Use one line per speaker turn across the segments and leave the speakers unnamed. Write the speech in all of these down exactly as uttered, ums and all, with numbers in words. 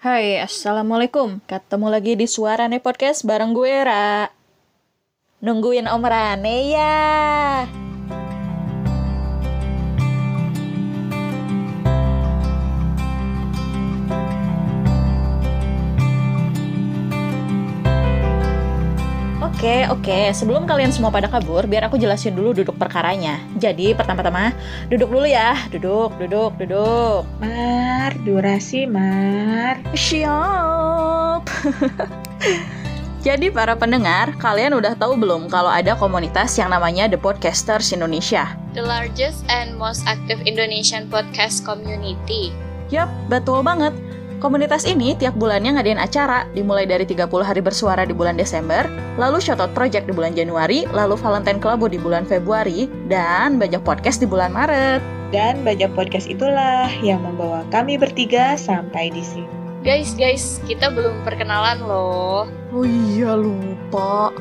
Hai, Assalamualaikum. Ketemu lagi di Suarane Podcast bareng gue, Ra. Nungguin Om Rane ya. Oke, oke. Sebelum kalian semua pada kabur, biar aku jelasin dulu duduk perkaranya. Jadi, pertama-tama, duduk dulu ya. Duduk, duduk, duduk.
Mar, durasi Mar.
Siap. Jadi para pendengar, kalian udah tahu belum kalau ada komunitas yang namanya The Podcasters Indonesia?
The largest and most active Indonesian podcast community.
Yap, betul banget. Komunitas ini tiap bulannya ngadain acara, dimulai dari tiga puluh hari bersuara di bulan Desember, lalu Shoutout Project di bulan Januari, lalu Valentine Club di bulan Februari, dan Bajak Podcast di bulan Maret.
Dan Bajak Podcast itulah yang membawa kami bertiga sampai di sini.
Guys, guys, kita belum perkenalan loh.
Oh iya, lupa.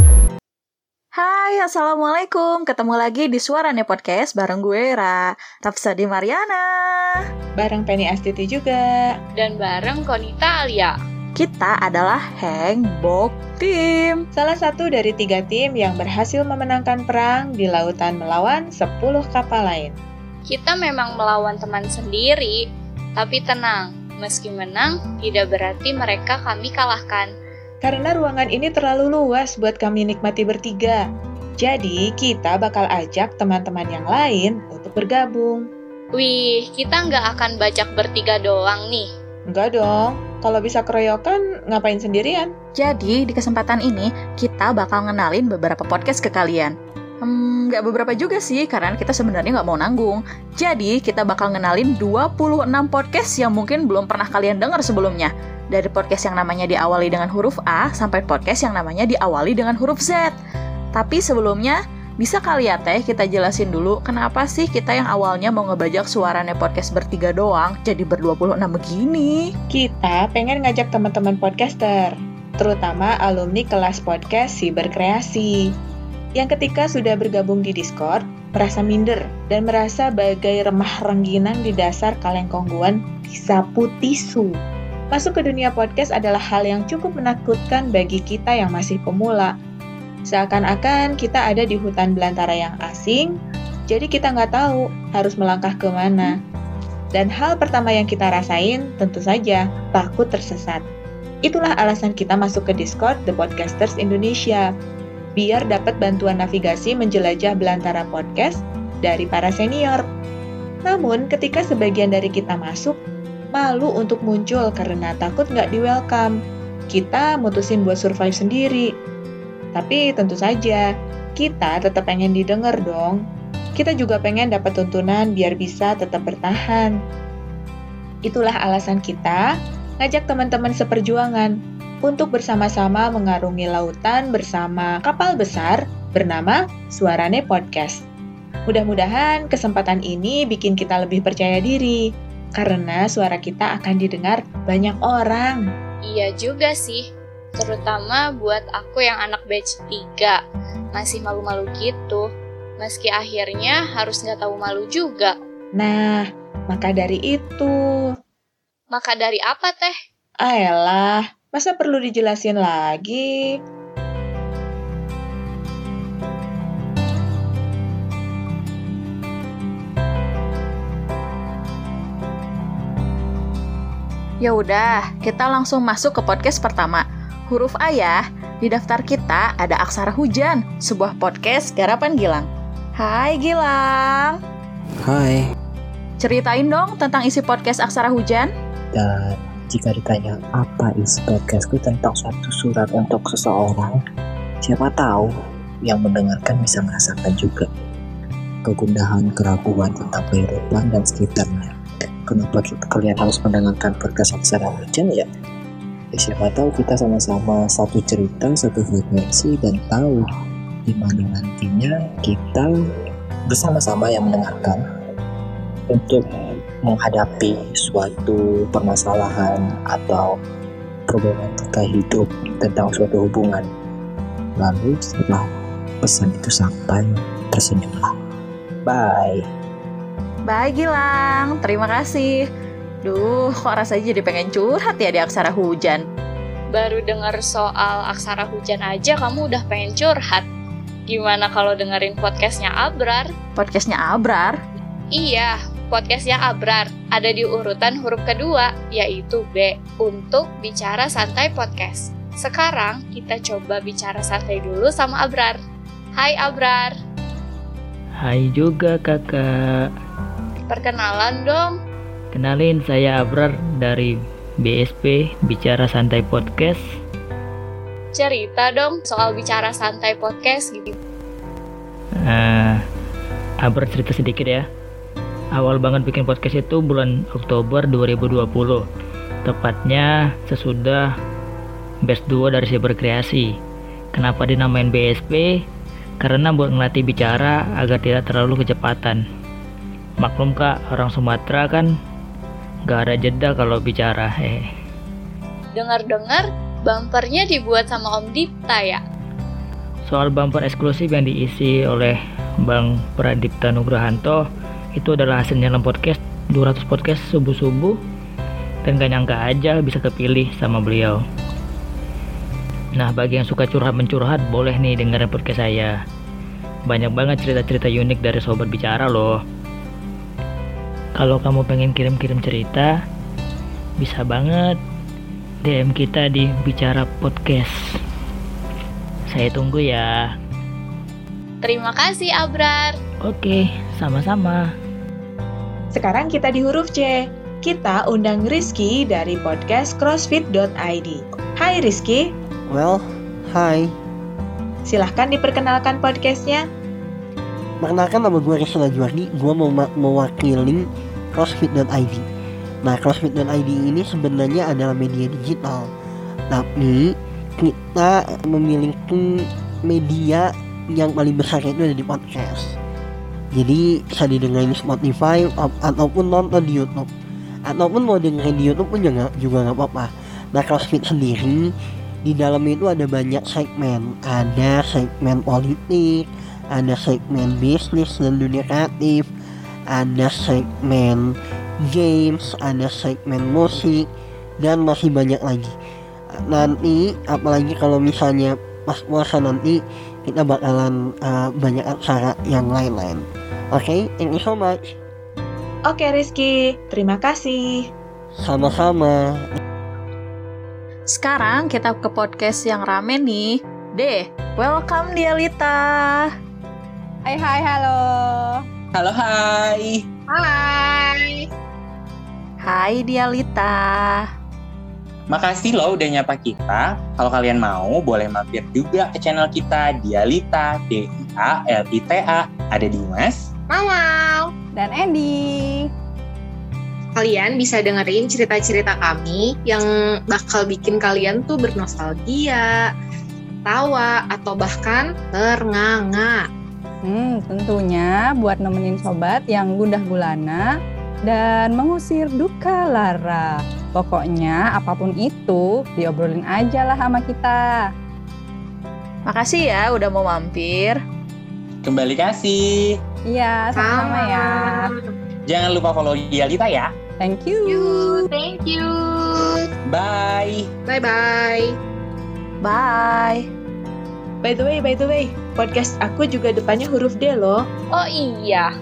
Hai, Assalamualaikum. Ketemu lagi di Suarane Podcast bareng gue, Ra. Rafsadi Mariana.
Bareng Penny Astuti juga.
Dan bareng Konita Alia.
Kita adalah Hangbok Team.
Salah satu dari tiga tim yang berhasil memenangkan perang di lautan melawan sepuluh kapal lain.
Kita memang melawan teman sendiri, tapi tenang. Meski menang, tidak berarti mereka kami kalahkan.
Karena ruangan ini terlalu luas buat kami nikmati bertiga. Jadi, kita bakal ajak teman-teman yang lain untuk bergabung.
Wih, kita nggak akan bajak bertiga doang nih.
Enggak dong, kalau bisa keroyokan, ngapain sendirian?
Jadi, di kesempatan ini, kita bakal ngenalin beberapa podcast ke kalian. Hmm, nggak beberapa juga sih, karena kita sebenarnya nggak mau nanggung. Jadi, kita bakal ngenalin dua puluh enam podcast yang mungkin belum pernah kalian dengar sebelumnya. Dari podcast yang namanya diawali dengan huruf A, sampai podcast yang namanya diawali dengan huruf Z. Tapi sebelumnya, bisa kali ya teh kita jelasin dulu kenapa sih kita yang awalnya mau ngebajak Suarane Podcast bertiga doang, jadi berdua puluh enam begini?
Kita pengen ngajak teman-teman podcaster, terutama alumni kelas podcast Siberkreasi, yang ketika sudah bergabung di Discord, merasa minder dan merasa bagai remah rengginang di dasar kaleng kongguan disapu tisu. Masuk ke dunia podcast adalah hal yang cukup menakutkan bagi kita yang masih pemula. Seakan-akan kita ada di hutan belantara yang asing, jadi kita nggak tahu harus melangkah ke mana. Dan hal pertama yang kita rasain tentu saja takut tersesat. Itulah alasan kita masuk ke Discord The Podcasters Indonesia, biar dapat bantuan navigasi menjelajah belantara podcast dari para senior. Namun ketika sebagian dari kita masuk, malu untuk muncul karena takut nggak di-welcome. Kita mutusin buat survive sendiri. Tapi tentu saja, kita tetap pengen didengar dong. Kita juga pengen dapat tuntunan biar bisa tetap bertahan. Itulah alasan kita ngajak teman-teman seperjuangan untuk bersama-sama mengarungi lautan bersama kapal besar bernama Suarane Podcast. Mudah-mudahan kesempatan ini bikin kita lebih percaya diri, karena suara kita akan didengar banyak orang.
Iya juga sih, terutama buat aku yang anak batch tiga, masih malu-malu gitu. Meski akhirnya harus nggak tahu malu juga.
Nah, maka dari itu...
Maka dari apa teh?
Ayolah, masa perlu dijelasin lagi?
Ya udah, kita langsung masuk ke podcast pertama. Huruf A ya. Di daftar kita ada Aksara Hujan, sebuah podcast garapan Gilang. Hai Gilang.
Hai.
Ceritain dong tentang isi podcast Aksara Hujan.
Dan jika ditanya apa isi podcastku tentang suatu surat untuk seseorang, siapa tahu yang mendengarkan bisa merasakan juga kegundahan, keraguan tentang kehidupan dan sekitarnya. Kenapa kalian harus mendengarkan podcast Aksara Hujan ya? Ya siapa tahu kita sama-sama satu cerita, satu frekuensi, dan tahu di mana nantinya kita bersama-sama yang mendengarkan untuk menghadapi suatu permasalahan atau problematika hidup tentang suatu hubungan. Lalu setelah pesan itu sampai, tersenyumlah. Bye.
Bye Gilang, terima kasih. Duh, kok rasanya jadi pengen curhat ya di Aksara Hujan.
Baru dengar soal Aksara Hujan aja kamu udah pengen curhat. Gimana kalau dengerin podcastnya Abrar?
Podcastnya Abrar?
Iya, podcastnya Abrar. Ada di urutan huruf kedua, yaitu B, untuk Bicara Santai Podcast. Sekarang kita coba bicara santai dulu sama Abrar. Hai Abrar.
Hai juga kakak.
Perkenalan dong.
Kenalin, saya Abrar dari B S P Bicara Santai Podcast.
Cerita dong soal Bicara Santai Podcast gitu.
Uh, Abrar cerita sedikit ya. Awal banget bikin podcast itu bulan Oktober dua ribu dua puluh. Tepatnya sesudah batch dua dari Siber Kreasi. Kenapa dinamain B S P? Karena buat ngelatih bicara agar tidak terlalu kecepatan. Maklum kak, orang Sumatera kan gak ada jeda kalau bicara. Eh.
Dengar-dengar bumpernya dibuat sama Om Dipta ya?
Soal bumper eksklusif yang diisi oleh Bang Pradipta Nugrahanto, itu adalah hasilnya dalam podcast dua ratus podcast subuh-subuh, dan gak nyangka aja bisa kepilih sama beliau. Nah, bagi yang suka curhat-mencurhat, boleh nih dengerin podcast saya. Banyak banget cerita-cerita unik dari sobat bicara loh. Kalau kamu pengen kirim-kirim cerita, bisa banget D M kita di Bicara Podcast. Saya tunggu ya.
Terima kasih Abrar.
Oke, sama-sama.
Sekarang kita di huruf C. Kita undang Rizky dari podcast crossfit dot i d. Hai Rizky.
Well, hai.
Silahkan diperkenalkan podcastnya.
Perkenalkan, nama gue Rizky Najwardi. Gue mau ma- mewakili crossfit dot i d. Nah, crossfit dot i d ini sebenarnya adalah media digital, tapi kita memiliki media yang paling besar itu ada di podcast. Jadi bisa didengar di Spotify ataupun nonton di YouTube, ataupun mau dengerin di YouTube pun juga juga nggak apa-apa. Nah, CrossFit sendiri di dalam itu ada banyak segmen. Ada segmen politik, ada segmen bisnis dan dunia kreatif, ada segmen games, ada segmen musik, dan masih banyak lagi. Nanti apalagi kalau misalnya pas puasa nanti kita bakalan uh, banyak acara yang lain-lain. Oke, okay, thank you so much.
Oke Rizky, terima kasih.
Sama-sama.
Sekarang kita ke podcast yang rame nih. Deh, welcome Dialita.
Hai hai halo.
Halo hai.
Hai.
Hai Dialita.
Makasih loh udah nyapa kita. Kalau kalian mau, boleh mampir juga ke channel kita Dialita, D I A L I T A. Ada Dimas,
Mau.
Dan Andy.
Kalian bisa dengerin cerita-cerita kami yang bakal bikin kalian tuh bernostalgia, tawa, atau bahkan ternganga.
Hmm, tentunya buat nemenin sobat yang gundah gulana dan mengusir duka lara. Pokoknya apapun itu, diobrolin aja lah sama kita.
Makasih ya udah mau mampir.
kembali kasih.
Iya, sama-sama ya.
Jangan lupa follow Dialita ya.
Thank you.
Thank you.
Bye.
Bye-bye.
Bye.
By the way, by the way, podcast aku juga depannya huruf D loh.
Oh iya.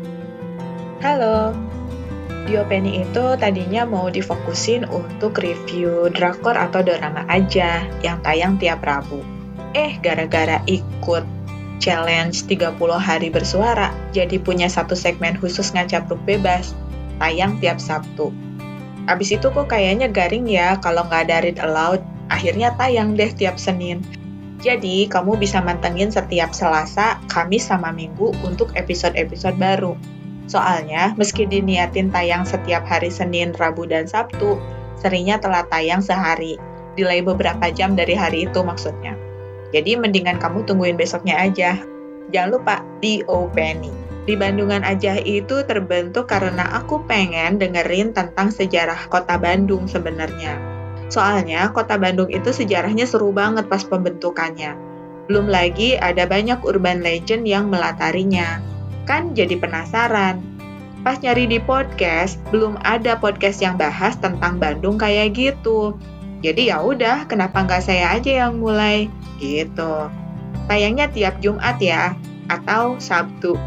Halo. Diopeni itu tadinya mau difokusin untuk review drakor atau drama aja yang tayang tiap Rabu. Eh, gara-gara ikut challenge tiga puluh hari bersuara, jadi punya satu segmen khusus ngacapruk bebas, tayang tiap Sabtu. Abis itu kok kayaknya garing ya kalau nggak ada read aloud, akhirnya tayang deh tiap Senin. Jadi, kamu bisa mantengin setiap Selasa, Kamis, sama Minggu untuk episode-episode baru. Soalnya, meski diniatin tayang setiap hari Senin, Rabu, dan Sabtu, seringnya telat tayang sehari, delay beberapa jam dari hari itu maksudnya. Jadi, mendingan kamu tungguin besoknya aja. Jangan lupa, Diopeni. Di Bandungan Aja itu terbentuk karena aku pengen dengerin tentang sejarah kota Bandung sebenarnya. Soalnya, kota Bandung itu sejarahnya seru banget pas pembentukannya. Belum lagi ada banyak urban legend yang melatarinya. Kan jadi penasaran. Pas nyari di podcast, belum ada podcast yang bahas tentang Bandung kayak gitu. Jadi ya udah, kenapa nggak saya aja yang mulai gitu. Tayangnya tiap Jumat ya, atau Sabtu.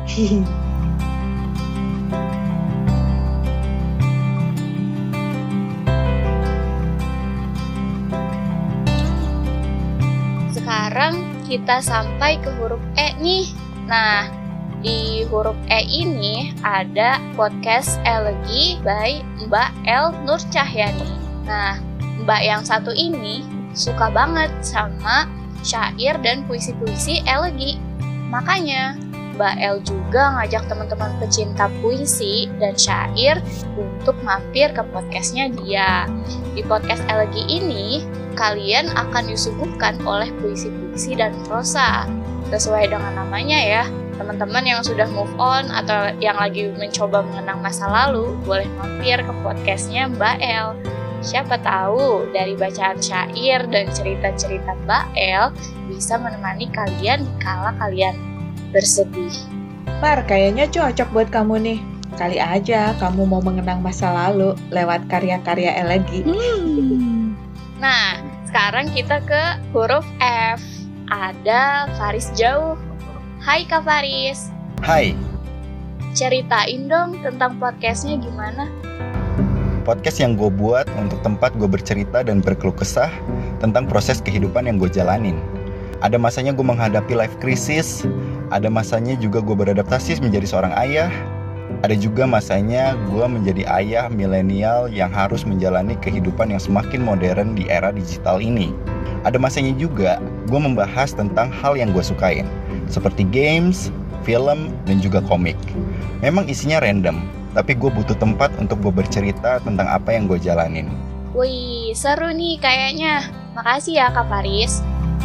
Sekarang kita sampai ke huruf E nih. Nah, di huruf E ini ada podcast Elegi by Mbak El Nur Cahyani. Nah, Mbak yang satu ini suka banget sama syair dan puisi-puisi elegi. Makanya Mbak El juga ngajak teman-teman pecinta puisi dan syair untuk mampir ke podcastnya dia. Di podcast elegi ini, kalian akan disuguhkan oleh puisi-puisi dan prosa. Sesuai dengan namanya ya, teman-teman yang sudah move on atau yang lagi mencoba mengenang masa lalu, boleh mampir ke podcastnya Mbak El. Siapa tahu dari bacaan syair dan cerita-cerita Mbak El bisa menemani kalian kala kalian bersedih.
Mar, kayaknya cocok buat kamu nih. Kali aja kamu mau mengenang masa lalu lewat karya-karya elegi.
Hmm. Nah, sekarang kita ke huruf F. Ada Faris Jauh. Hai Kak Faris.
Hai.
Ceritain dong tentang podcastnya gimana?
Podcast yang gue buat untuk tempat gue bercerita dan berkeluh kesah tentang proses kehidupan yang gue jalanin. Ada masanya gue menghadapi life crisis, ada masanya juga gue beradaptasi menjadi seorang ayah, ada juga masanya gue menjadi ayah milenial yang harus menjalani kehidupan yang semakin modern di era digital ini. Ada masanya juga gue membahas tentang hal yang gue sukain, seperti games, film, dan juga komik. Memang isinya random, tapi gue butuh tempat untuk gue bercerita tentang apa yang gue jalanin.
Wih, seru nih kayaknya. Makasih ya Kak Faris.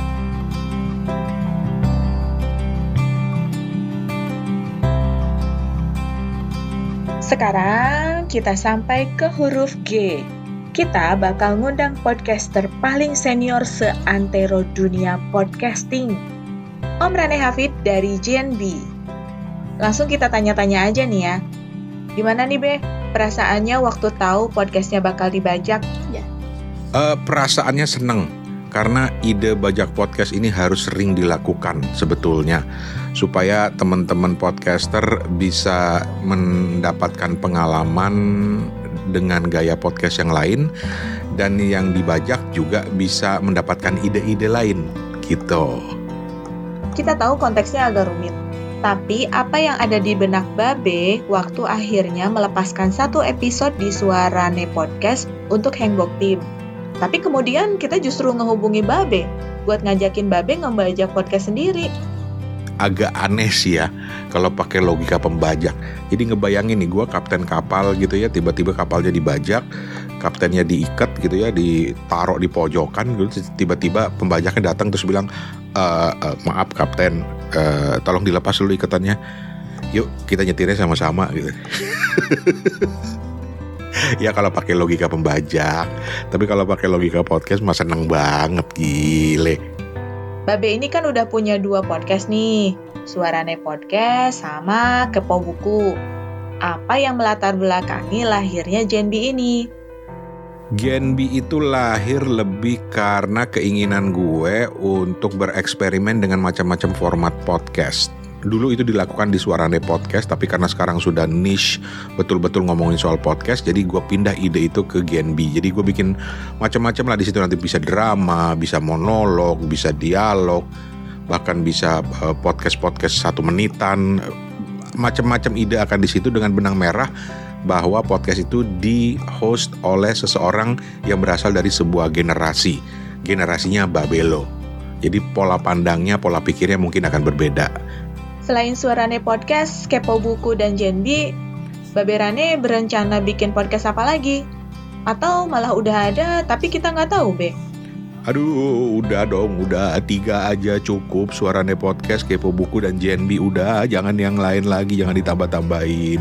Sekarang kita sampai ke huruf G. Kita bakal ngundang podcaster paling senior seantero dunia podcasting, Om Rane Hafid dari G N B. Langsung kita tanya-tanya aja nih ya. Gimana nih Be, perasaannya waktu tahu podcastnya bakal dibajak? Ya.
Uh, perasaannya seneng, karena ide bajak podcast ini harus sering dilakukan sebetulnya, supaya teman-teman podcaster bisa mendapatkan pengalaman dengan gaya podcast yang lain, dan yang dibajak juga bisa mendapatkan ide-ide lain gitu.
Kita tahu konteksnya agak rumit, tapi apa yang ada di benak Babe waktu akhirnya melepaskan satu episode di Suarane Podcast untuk Hangbok Team. Tapi kemudian kita justru ngehubungi Babe buat ngajakin Babe ngebajak podcast sendiri.
Agak aneh sih ya kalau pakai logika pembajak. Jadi ngebayangin nih, gue kapten kapal gitu ya, tiba-tiba kapalnya dibajak, kaptennya diikat gitu ya, ditaruh di pojokan gitu, tiba-tiba pembajaknya datang terus bilang, e, e, maaf kapten, e, tolong dilepas dulu ikatannya, yuk kita nyetirnya sama-sama gitu. Ya kalau pakai logika pembajak, tapi kalau pakai logika podcast mah seneng banget, gile.
Babe ini kan udah punya dua podcast nih, Suarane Podcast sama Kepo Buku. Apa yang melatar belakangi lahirnya G N B ini?
G N B itu lahir lebih karena keinginan gue untuk bereksperimen dengan macam-macam format podcast. Dulu itu dilakukan di Suarane Podcast, tapi karena sekarang sudah niche betul-betul ngomongin soal podcast, jadi gue pindah ide itu ke G N B. Jadi gue bikin macam-macam lah di situ, nanti bisa drama, bisa monolog, bisa dialog, bahkan bisa uh, podcast-podcast satu menitan, macam-macam ide akan di situ dengan benang merah bahwa podcast itu di-host oleh seseorang yang berasal dari sebuah generasi, generasinya Babelo. Jadi pola pandangnya, pola pikirnya mungkin akan berbeda.
Selain Suarane Podcast, Kepo Buku, dan G N B, Babe Rane berencana bikin podcast apa lagi? Atau malah udah ada tapi kita nggak tahu, Be?
Aduh, udah dong, udah tiga aja cukup. Suarane Podcast, Kepo Buku, dan G N B udah, jangan yang lain lagi, jangan ditambah-tambahin.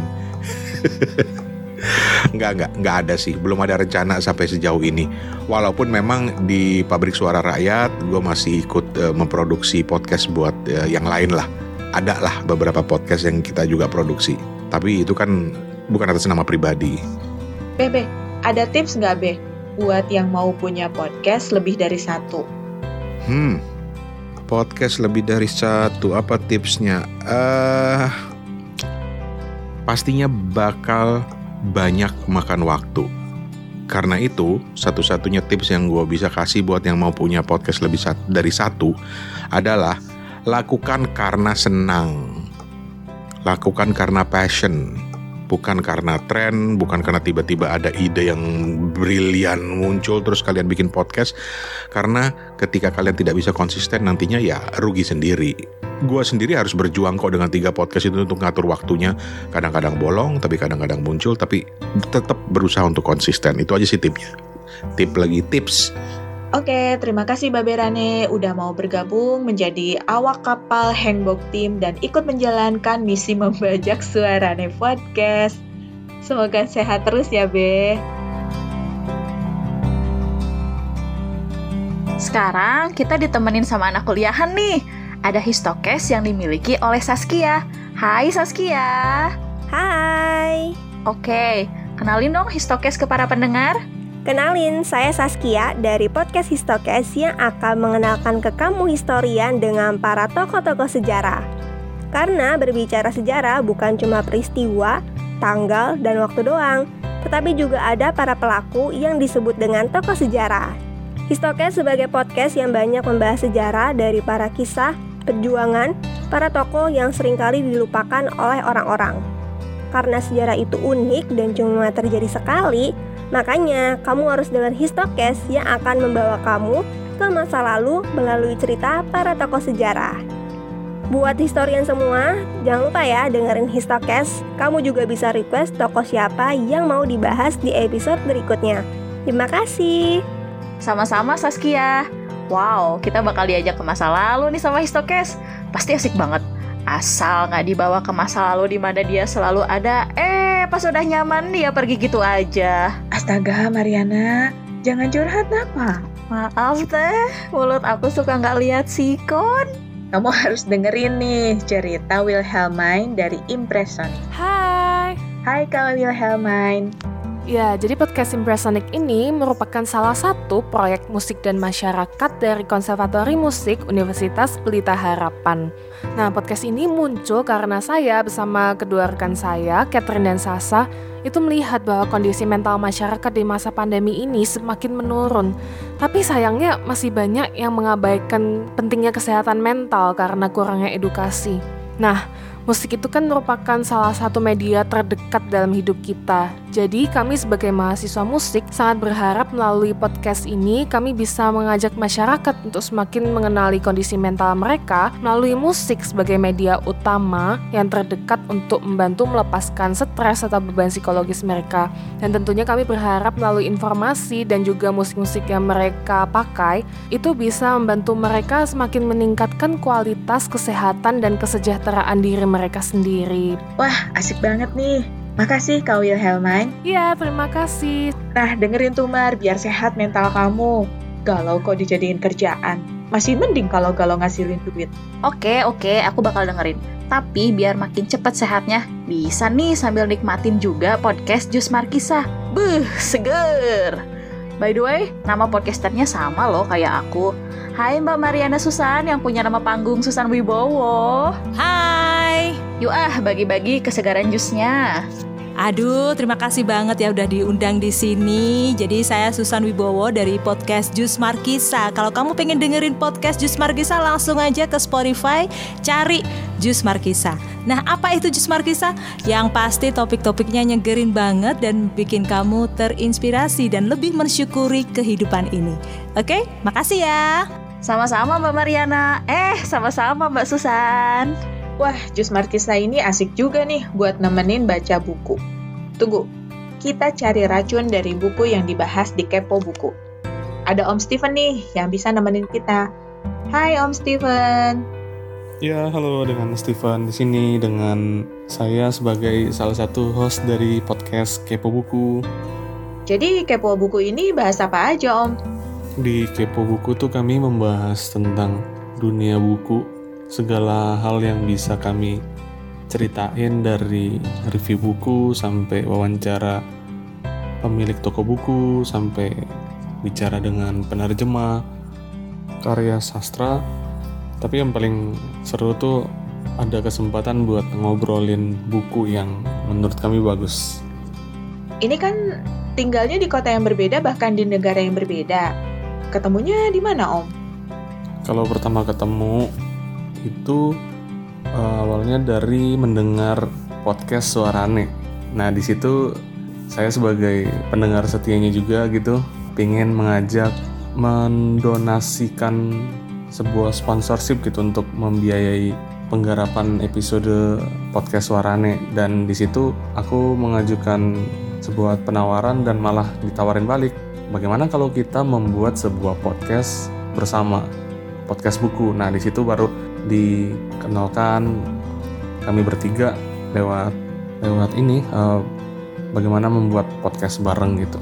Enggak, enggak, enggak ada sih, belum ada rencana sampai sejauh ini. Walaupun memang di Pabrik Suara Rakyat, gue masih ikut uh, memproduksi podcast buat uh, yang lain lah. Ada lah beberapa podcast yang kita juga produksi. Tapi itu kan bukan atas nama pribadi.
Bebe, ada tips nggak Be buat yang mau punya podcast lebih dari satu?
Hmm, podcast lebih dari satu, apa tipsnya? Uh, pastinya bakal banyak makan waktu. Karena itu, satu-satunya tips yang gue bisa kasih buat yang mau punya podcast lebih sat- dari satu adalah lakukan karena senang. Lakukan karena passion. Bukan karena tren, bukan karena tiba-tiba ada ide yang brilian muncul terus kalian bikin podcast. Karena ketika kalian tidak bisa konsisten nantinya ya rugi sendiri. Gua sendiri harus berjuang kok dengan tiga podcast itu untuk ngatur waktunya. Kadang-kadang bolong, tapi kadang-kadang muncul, tapi tetap berusaha untuk konsisten. Itu aja sih tipnya. Tip lagi tips.
Oke, terima kasih Babe Rane udah mau bergabung menjadi awak kapal Hanbok Team dan ikut menjalankan misi membajak suara Rane Podcast. Semoga sehat terus ya, Be.
Sekarang kita ditemenin sama anak kuliahan nih. Ada Histokes yang dimiliki oleh Saskia. Hai Saskia.
Hai.
Oke, kenalin dong Histokes ke para pendengar.
Kenalin, saya Saskia dari podcast Histokes yang akan mengenalkan ke kamu historian dengan para tokoh-tokoh sejarah. Karena berbicara sejarah bukan cuma peristiwa, tanggal, dan waktu doang, tetapi juga ada para pelaku yang disebut dengan tokoh sejarah. Histokes sebagai podcast yang banyak membahas sejarah dari para kisah, perjuangan, para tokoh yang seringkali dilupakan oleh orang-orang. Karena sejarah itu unik dan cuma terjadi sekali, makanya kamu harus dengar Histokes yang akan membawa kamu ke masa lalu melalui cerita para tokoh sejarah. Buat historian semua, jangan lupa ya dengerin Histokes. Kamu juga bisa request tokoh siapa yang mau dibahas di episode berikutnya. Terima kasih.
Sama-sama Saskia. Wow, kita bakal diajak ke masa lalu nih sama Histokes. Pasti asik banget. Asal nggak dibawa ke masa lalu di mana dia selalu ada, eh pas udah nyaman dia pergi gitu aja.
Astaga Mariana, jangan curhat apa?
Maaf teh, mulut aku suka nggak lihat sikon.
Kamu harus dengerin nih cerita Wilhelmine dari Impressonic.
Hai.
Hai Kak Wilhelmine.
Ya, jadi podcast Impressonic ini merupakan salah satu proyek musik dan masyarakat dari Konservatori Musik Universitas Pelita Harapan. Nah, podcast ini muncul karena saya bersama kedua rekan saya, Catherine dan Sasa, itu melihat bahwa kondisi mental masyarakat di masa pandemi ini semakin menurun. Tapi sayangnya masih banyak yang mengabaikan pentingnya kesehatan mental karena kurangnya edukasi. Nah, musik itu kan merupakan salah satu media terdekat dalam hidup kita. Jadi kami sebagai mahasiswa musik sangat berharap melalui podcast ini kami bisa mengajak masyarakat untuk semakin mengenali kondisi mental mereka melalui musik sebagai media utama yang terdekat untuk membantu melepaskan stres atau beban psikologis mereka. Dan tentunya kami berharap melalui informasi dan juga musik-musik yang mereka pakai itu bisa membantu mereka semakin meningkatkan kualitas kesehatan dan kesejahteraan diri mereka sendiri.
Wah, asik banget nih. Makasih Kak Wilhelmine.
Iya, terima kasih.
Nah, dengerin tuh Mar, biar sehat mental kamu. Galau kok dijadiin kerjaan. Masih mending kalau galau ngasilin duit.
Oke, oke, aku bakal dengerin. Tapi biar makin cepat sehatnya, bisa nih sambil nikmatin juga podcast Jus Markisa. Buh, seger. By the way, nama podcasternya sama loh kayak aku. Hai Mbak Mariana Susan yang punya nama panggung Susan Wibowo.
Hai.
Yuk ah, bagi-bagi kesegaran jusnya.
Aduh, terima kasih banget ya udah diundang di sini. Jadi saya Susan Wibowo dari podcast Jus Markisa. Kalau kamu pengen dengerin podcast Jus Markisa, langsung aja ke Spotify, cari Jus Markisa. Nah, apa itu Jus Markisa? Yang pasti topik-topiknya nyegerin banget dan bikin kamu terinspirasi dan lebih mensyukuri kehidupan ini. Oke, makasih ya.
Sama-sama Mbak Mariana. Eh, sama-sama Mbak Susan.
Wah, Jus Markisa ini asik juga nih buat nemenin baca buku. Tunggu, kita cari racun dari buku yang dibahas di Kepo Buku. Ada Om Steven nih yang bisa nemenin kita. Hai Om Steven.
Ya, halo, dengan Steven di sini dengan saya sebagai salah satu host dari podcast Kepo Buku.
Jadi Kepo Buku ini bahas apa aja Om?
Di Kepo Buku tuh kami membahas tentang dunia buku, segala hal yang bisa kami ceritain dari review buku sampai wawancara pemilik toko buku sampai bicara dengan penerjemah karya sastra. Tapi yang paling seru tuh ada kesempatan buat ngobrolin buku yang menurut kami bagus.
Ini kan tinggalnya di kota yang berbeda, bahkan di negara yang berbeda. Ketemunya di mana, Om?
Kalau pertama ketemu itu uh, awalnya dari mendengar podcast Suarane. Nah, di situ saya sebagai pendengar setianya juga gitu, pengen mengajak mendonasikan sebuah sponsorship gitu untuk membiayai penggarapan episode podcast Suarane. Dan di situ aku mengajukan sebuah penawaran dan malah ditawarin balik. Bagaimana kalau kita membuat sebuah podcast bersama, podcast buku. Nah, di situ baru dikenalkan kami bertiga lewat lewat ini uh, bagaimana membuat podcast bareng gitu.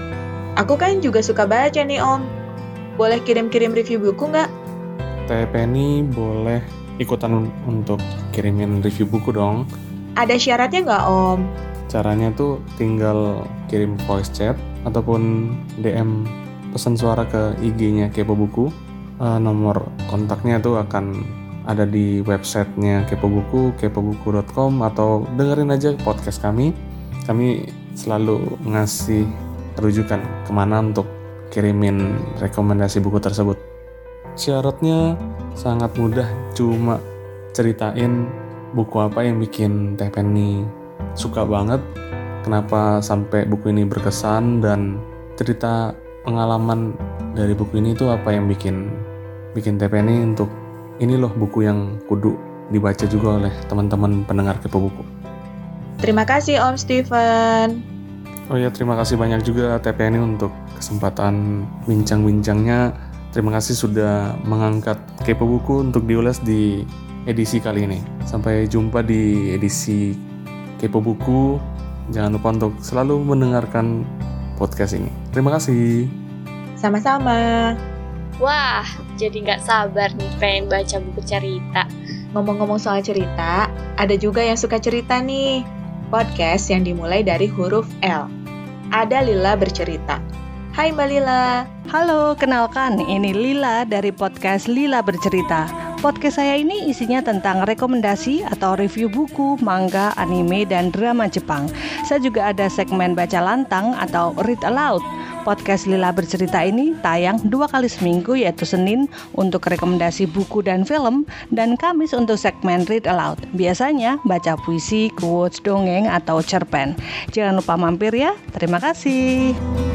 Aku kan juga suka baca nih, Om. Boleh kirim-kirim review buku nggak?
Teh Penny boleh ikutan untuk kirimin review buku dong.
Ada syaratnya nggak, Om?
Caranya tuh tinggal kirim voice chat ataupun D M pesan suara ke I G-nya Kepo Buku. Uh, nomor kontaknya tuh akan ada di websitenya Kepo Buku, kepo buku dot com, atau dengerin aja podcast kami. Kami selalu ngasih rujukan kemana untuk kirimin rekomendasi buku tersebut. Syaratnya sangat mudah, cuma ceritain buku apa yang bikin Teh Penny suka banget, kenapa sampai buku ini berkesan, dan cerita pengalaman dari buku ini tuh apa yang bikin bikin Teh Penny untuk ini loh buku yang kudu dibaca juga oleh teman-teman pendengar Kepo Buku.
Terima kasih Om Steven.
Oh ya, terima kasih banyak juga Teh Penny untuk kesempatan bincang-bincangnya. Terima kasih sudah mengangkat Kepo Buku untuk diulas di edisi kali ini. Sampai jumpa di edisi Kepo Buku. Jangan lupa untuk selalu mendengarkan podcast ini. Terima kasih.
Sama-sama.
Wah, jadi nggak sabar nih pengen baca buku cerita.
Ngomong-ngomong soal cerita, ada juga yang suka cerita nih. Podcast yang dimulai dari huruf L. Ada Lila bercerita. Hai Mbak Lila.
Halo, kenalkan, ini Lila dari podcast Lila Bercerita. Podcast saya ini isinya tentang rekomendasi atau review buku, manga, anime, dan drama Jepang. Saya juga ada segmen baca lantang atau read aloud. Podcast Lila Bercerita ini tayang dua kali seminggu, yaitu Senin untuk rekomendasi buku dan film, dan Kamis untuk segmen read aloud. Biasanya baca puisi, quotes, dongeng, atau cerpen. Jangan lupa mampir ya. Terima kasih.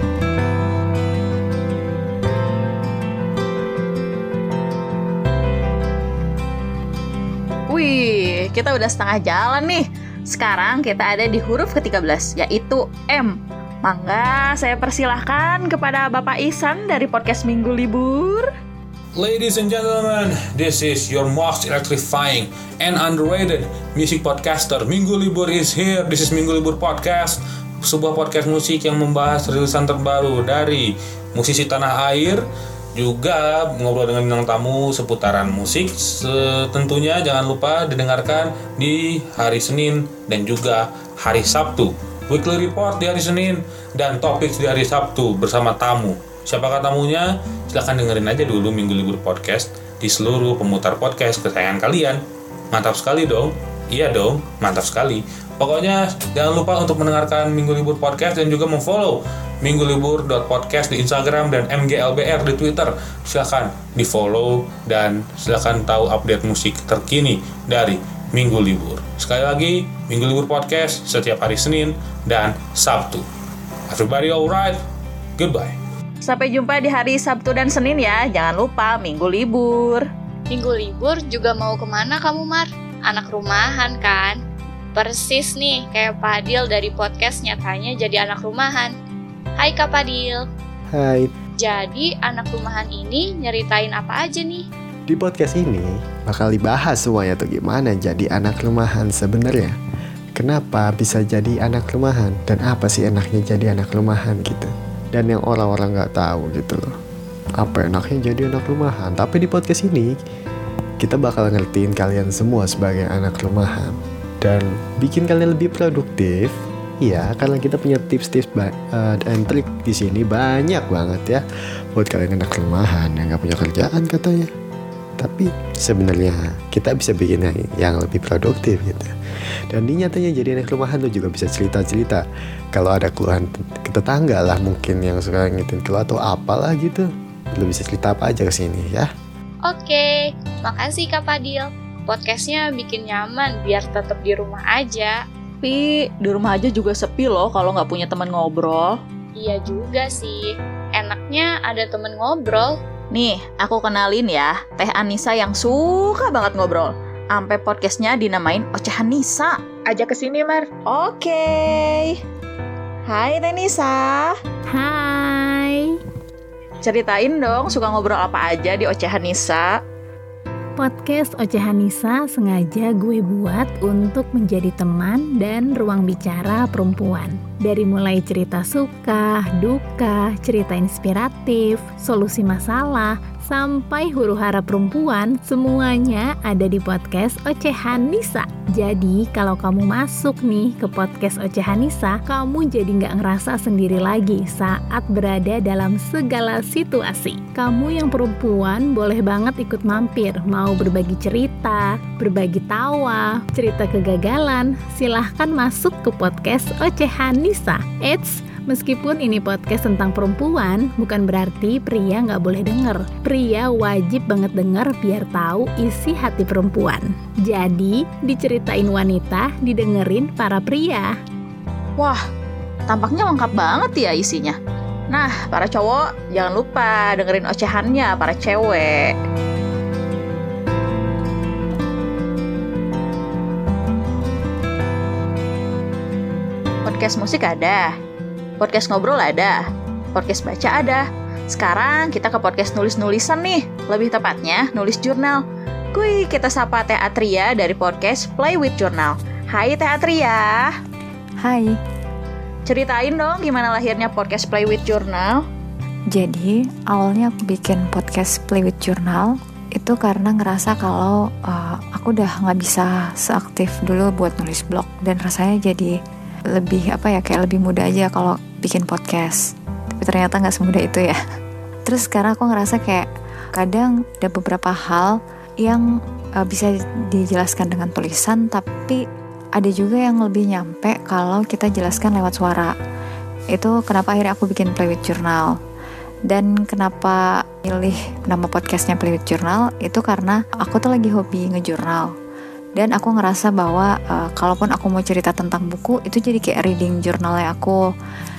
Wih, kita udah setengah jalan nih. Sekarang kita ada di huruf ke tiga belas, yaitu M. Mangga, saya persilahkan kepada Bapak Ihsan dari podcast Minggu Libur.
Ladies and gentlemen, this is your most electrifying and underrated music podcaster. Minggu Libur is here. This is Minggu Libur Podcast, sebuah podcast musik yang membahas rilisan terbaru dari musisi tanah air, juga ngobrol dengan bintang tamu seputaran musik. Tentunya jangan lupa didengarkan di hari Senin dan juga hari Sabtu. Weekly report di hari Senin dan topik di hari Sabtu bersama tamu. Siapakah tamunya? Silahkan dengerin aja dulu Minggu Libur Podcast di seluruh pemutar podcast kesayangan kalian. Mantap sekali dong. Iya dong, mantap sekali. Pokoknya jangan lupa untuk mendengarkan Minggu Libur Podcast dan juga memfollow minggu libur dot podcast di Instagram dan M G L B R di Twitter. Silahkan di follow dan silahkan tahu update musik terkini dari Minggu Libur. Sekali lagi, Minggu Libur Podcast setiap hari Senin dan Sabtu. Everybody alright? Goodbye.
Sampai jumpa di hari Sabtu dan Senin ya. Jangan lupa Minggu Libur.
Minggu Libur juga mau kemana kamu, Mar? Anak rumahan kan? Persis nih kayak Padil dari podcast Nyatanya Jadi Anak Rumahan. Hai Kak Padil.
Hai.
Jadi anak rumahan ini nyeritain apa aja nih?
Di podcast ini bakal dibahas semuanya tuh gimana jadi anak rumahan sebenarnya. Kenapa bisa jadi anak rumahan dan apa sih enaknya jadi anak rumahan gitu. Dan yang orang-orang gak tahu gitu loh. Apa enaknya jadi anak rumahan. Tapi di podcast ini kita bakal ngertiin kalian semua sebagai anak rumahan. dan bikin kalian lebih produktif. Iya, karena kita punya tips-tips uh, dan trik di sini banyak banget ya buat kalian anak rumahan yang nggak punya kerjaan katanya. Tapi sebenarnya kita bisa bikin yang, yang lebih produktif gitu. Dan di nyatanya jadi anak rumahan tuh juga bisa cerita-cerita. Kalau ada keluhan ke tetangga lah mungkin yang suka ngitin keluar atau apalah gitu, lo bisa cerita apa aja ke sini ya.
Oke, makasih Kak Fadil. Podcastnya bikin nyaman biar tetap di rumah aja.
Tapi di rumah aja juga sepi loh kalau nggak punya teman ngobrol.
Iya juga sih, enaknya ada teman ngobrol.
Nih, aku kenalin ya, Teh Anissa yang suka banget ngobrol. Ampe podcastnya dinamain Ocehan Nisa.
Ajak ke sini, Mar.
Oke. Hai Teh Nisa.
Hai.
Ceritain dong suka ngobrol apa aja di Ocehan Nisa.
Podcast Ocehan Nisa sengaja gue buat untuk menjadi teman dan ruang bicara perempuan. Dari mulai cerita suka, duka, cerita inspiratif, solusi masalah, sampai huru-hara perempuan, semuanya ada di podcast Ocehan Nisa. Jadi kalau kamu masuk nih ke podcast Ocehan Nisa, kamu jadi nggak ngerasa sendiri lagi saat berada dalam segala situasi. Kamu yang perempuan boleh banget ikut mampir, mau berbagi cerita, berbagi tawa, cerita kegagalan, silahkan masuk ke podcast Ocehan Nisa. Eits, meskipun ini podcast tentang perempuan, bukan berarti pria nggak boleh denger. Pria wajib banget denger biar tahu isi hati perempuan. Jadi, diceritain wanita, didengerin para pria.
Wah, tampaknya lengkap banget ya isinya. Nah, para cowok, jangan lupa dengerin ocehannya para cewek. Podcast musik ada, podcast ngobrol ada, podcast baca ada. Sekarang kita ke podcast nulis-nulisan nih, lebih tepatnya nulis jurnal. Kuy, kita sapa Teh Atria dari podcast Play with Journal. Hai Teh Atria.
Hai.
Ceritain dong gimana lahirnya podcast Play with Journal.
Jadi awalnya aku bikin podcast Play with Journal itu karena ngerasa kalau uh, aku udah nggak bisa seaktif dulu buat nulis blog, dan rasanya jadi lebih apa ya kayak lebih mudah aja kalau bikin podcast. Tapi ternyata nggak semudah itu ya. Terus sekarang aku ngerasa kayak kadang ada beberapa hal yang uh, bisa dijelaskan dengan tulisan, tapi ada juga yang lebih nyampe kalau kita jelaskan lewat suara. Itu kenapa akhirnya aku bikin Play with Journal. Dan kenapa pilih nama podcastnya Play with Journal, itu karena aku tuh lagi hobi ngejurnal. Dan aku ngerasa bahwa uh, kalaupun aku mau cerita tentang buku, itu jadi kayak reading journalnya aku.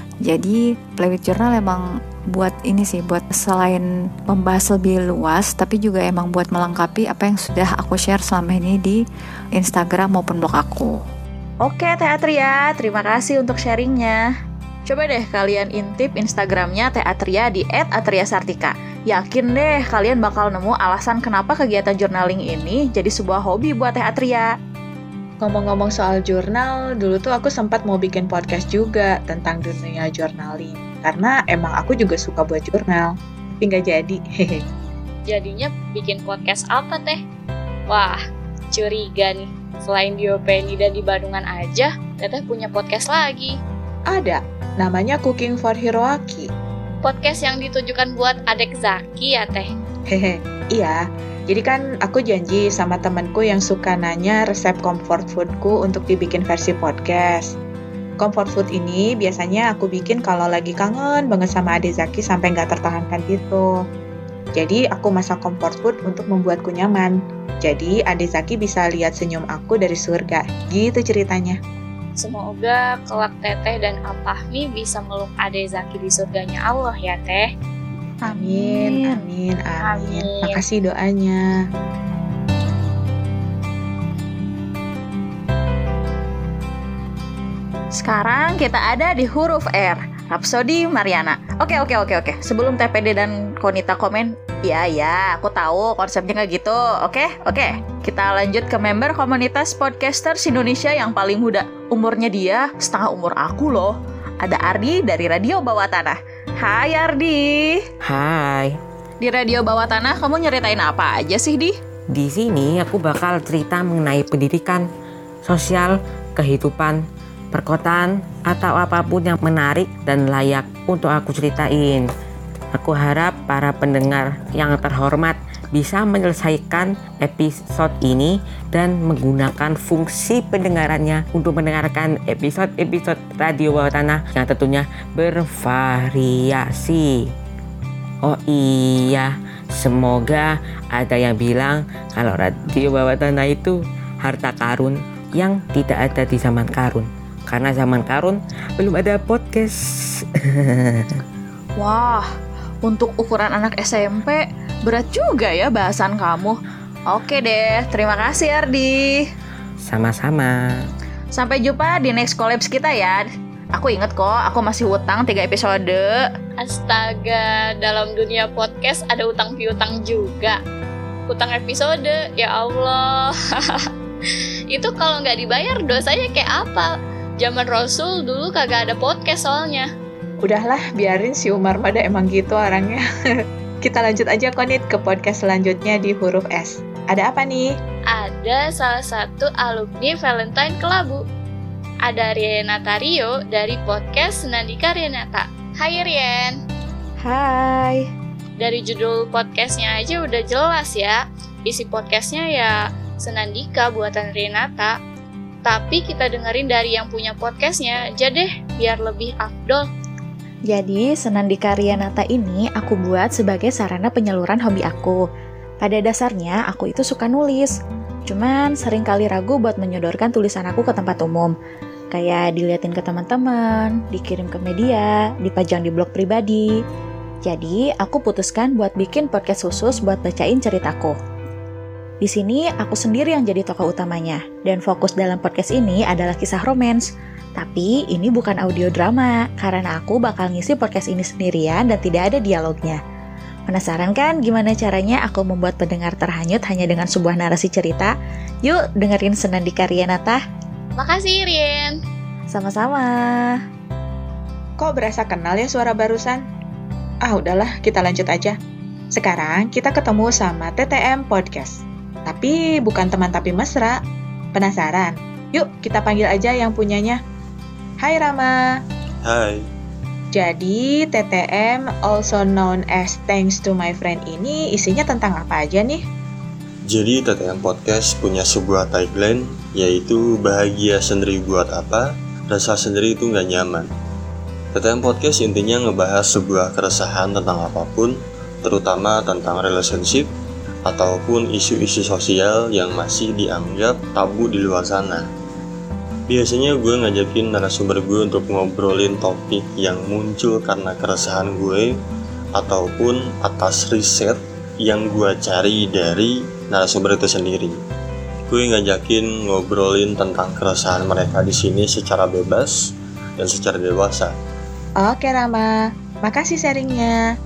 Jadi Play with Journal emang buat ini sih, buat selain membahas lebih luas, tapi juga emang buat melengkapi apa yang sudah aku share selama ini di Instagram maupun blog aku.
Oke Teh Atria, terima kasih untuk sharingnya. Coba deh kalian intip Instagramnya Teh Atria di et atria sartika. Yakin deh kalian bakal nemu alasan kenapa kegiatan journaling ini jadi sebuah hobi buat Teh Atria.
Ngomong-ngomong soal jurnal, dulu tuh aku sempat mau bikin podcast juga tentang dunia journaling. Karena emang aku juga suka buat jurnal, tapi nggak jadi. Hehe.
Jadinya bikin podcast apa Teh? Wah, curiga nih. Selain di O P N I dan di Bandungan aja, Teteh punya podcast lagi.
Ada, namanya Cooking for Hiroaki.
Podcast yang ditujukan buat adek Zaki ya Teh?
Hehe, iya. Jadi kan aku janji sama temanku yang suka nanya resep comfort foodku untuk dibikin versi podcast. Comfort food ini biasanya aku bikin kalau lagi kangen banget sama adek Zaki sampai nggak tertahankan gitu. Jadi aku masak comfort food untuk membuatku nyaman. Jadi adek Zaki bisa lihat senyum aku dari surga. Gitu ceritanya.
Semoga kelak Teteh dan Apahmi bisa meluk adek Zaki di surganya Allah ya Teh.
Amin, amin, amin. amin. Makasih doanya.
Sekarang kita ada di huruf R, Rhapsody Mariana. Oke, oke, oke, oke. Sebelum T P D dan Konita komen, iya, ya, aku tahu konsepnya nggak gitu. Oke, oke. Kita lanjut ke member komunitas podcasters Indonesia yang paling muda. Umurnya dia setengah umur aku loh. Ada Ardi dari Radio Bawah Tanah. Hai Ardi.
Hai.
Di Radio Bawah Tanah kamu nyeritain apa aja sih, Di?
Di sini aku bakal cerita mengenai pendidikan. sosial, kehidupan, perkotaan, atau apapun yang menarik dan layak untuk aku ceritain. Aku harap para pendengar yang terhormat bisa menyelesaikan episode ini dan menggunakan fungsi pendengarannya untuk mendengarkan episode-episode Radio Bawah Tanah yang tentunya bervariasi. Oh iya, semoga ada yang bilang kalau Radio Bawah Tanah itu harta karun yang tidak ada di zaman karun. Karena zaman karun belum ada podcast.
Wah, untuk ukuran anak S M P berat juga ya bahasan kamu. Oke deh, terima kasih Ardi.
Sama-sama.
Sampai jumpa di next collabs kita ya. Aku inget kok, aku masih utang tiga episode.
Astaga, dalam dunia podcast ada utang piutang juga. Utang episode, ya Allah. Itu kalau nggak dibayar dosanya kayak apa? Zaman Rasul dulu kagak ada podcast soalnya.
Udahlah, biarin si Umar pada emang gitu orangnya. Kita lanjut aja Konit ke podcast selanjutnya di huruf S. Ada apa nih?
Ada salah satu alumni Valentine Kelabu. Ada Rienata Rio dari podcast Senandika Rienata. Hai Rien.
Hai.
Dari judul podcastnya aja udah jelas ya. Isi podcastnya ya Senandika buatan Rienata. Tapi kita dengerin dari yang punya podcastnya aja deh, biar lebih afdol.
Jadi, Senandika Rienata ini aku buat sebagai sarana penyaluran hobi aku. Pada dasarnya, aku itu suka nulis. Cuman sering kali ragu buat menyodorkan tulisan aku ke tempat umum. Kayak diliatin ke teman-teman, dikirim ke media, dipajang di blog pribadi. Jadi, aku putuskan buat bikin podcast khusus buat bacain ceritaku. Di sini, aku sendiri yang jadi tokoh utamanya. Dan fokus dalam podcast ini adalah kisah romance. Tapi ini bukan audio drama, karena aku bakal ngisi podcast ini sendirian dan tidak ada dialognya. Penasaran kan gimana caranya aku membuat pendengar terhanyut hanya dengan sebuah narasi cerita? Yuk dengerin Senandika Rienata.
Makasih Rien.
Sama-sama.
Kok berasa kenal ya suara barusan? Ah udahlah, kita lanjut aja. Sekarang kita ketemu sama T T M Podcast. Tapi bukan teman tapi mesra. Penasaran? Yuk kita panggil aja yang punyanya. Hai Rama.
Hai.
Jadi T T M, also known as Thanks to My Friend ini isinya tentang apa aja nih?
Jadi T T M Podcast punya sebuah tagline, yaitu bahagia sendiri buat apa, rasa sendiri itu nggak nyaman. T T M Podcast intinya ngebahas sebuah keresahan tentang apapun, terutama tentang relationship, ataupun isu-isu sosial yang masih dianggap tabu di luar sana. Biasanya gue ngajakin narasumber gue untuk ngobrolin topik yang muncul karena keresahan gue ataupun atas riset yang gue cari dari narasumber itu sendiri. Gue ngajakin ngobrolin tentang keresahan mereka di sini secara bebas dan secara dewasa.
Oke Rama, makasih sharingnya.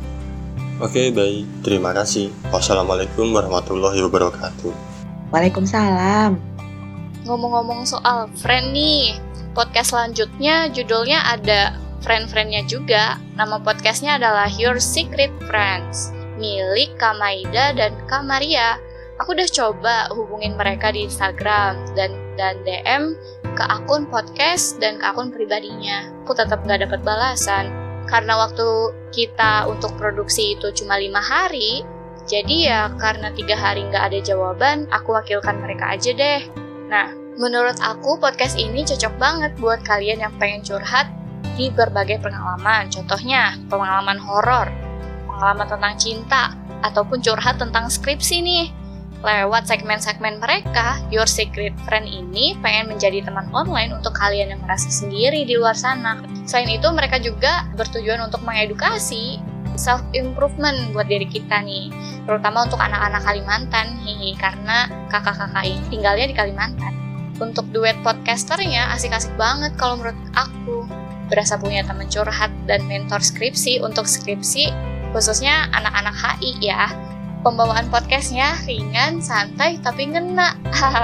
Oke baik, terima kasih. Wassalamualaikum warahmatullahi wabarakatuh.
Waalaikumsalam.
Ngomong-ngomong soal friend nih, podcast selanjutnya judulnya ada friend-friendnya juga. Nama podcastnya adalah Your Secret Friends, milik Kak Maida dan Kak Maria. Aku udah coba hubungin mereka di Instagram dan dan D M ke akun podcast dan ke akun pribadinya. Aku tetap gak dapat balasan. Karena waktu kita untuk produksi itu cuma lima hari, jadi ya karena tiga hari gak ada jawaban, aku wakilkan mereka aja deh. Nah, menurut aku podcast ini cocok banget buat kalian yang pengen curhat di berbagai pengalaman. Contohnya, pengalaman horor, pengalaman tentang cinta, ataupun curhat tentang skripsi nih. Lewat segmen-segmen mereka, Your Secret Friend ini pengen menjadi teman online untuk kalian yang merasa sendiri di luar sana. Selain itu, mereka juga bertujuan untuk mengedukasi self-improvement buat diri kita nih, terutama untuk anak-anak Kalimantan nih, karena kakak-kakak ini tinggalnya di Kalimantan. Untuk duet podcasternya asik-asik banget kalau menurut aku. Berasa punya teman curhat dan mentor skripsi untuk skripsi, khususnya anak-anak H I ya. Pembawaan podcastnya ringan, santai, tapi ngena.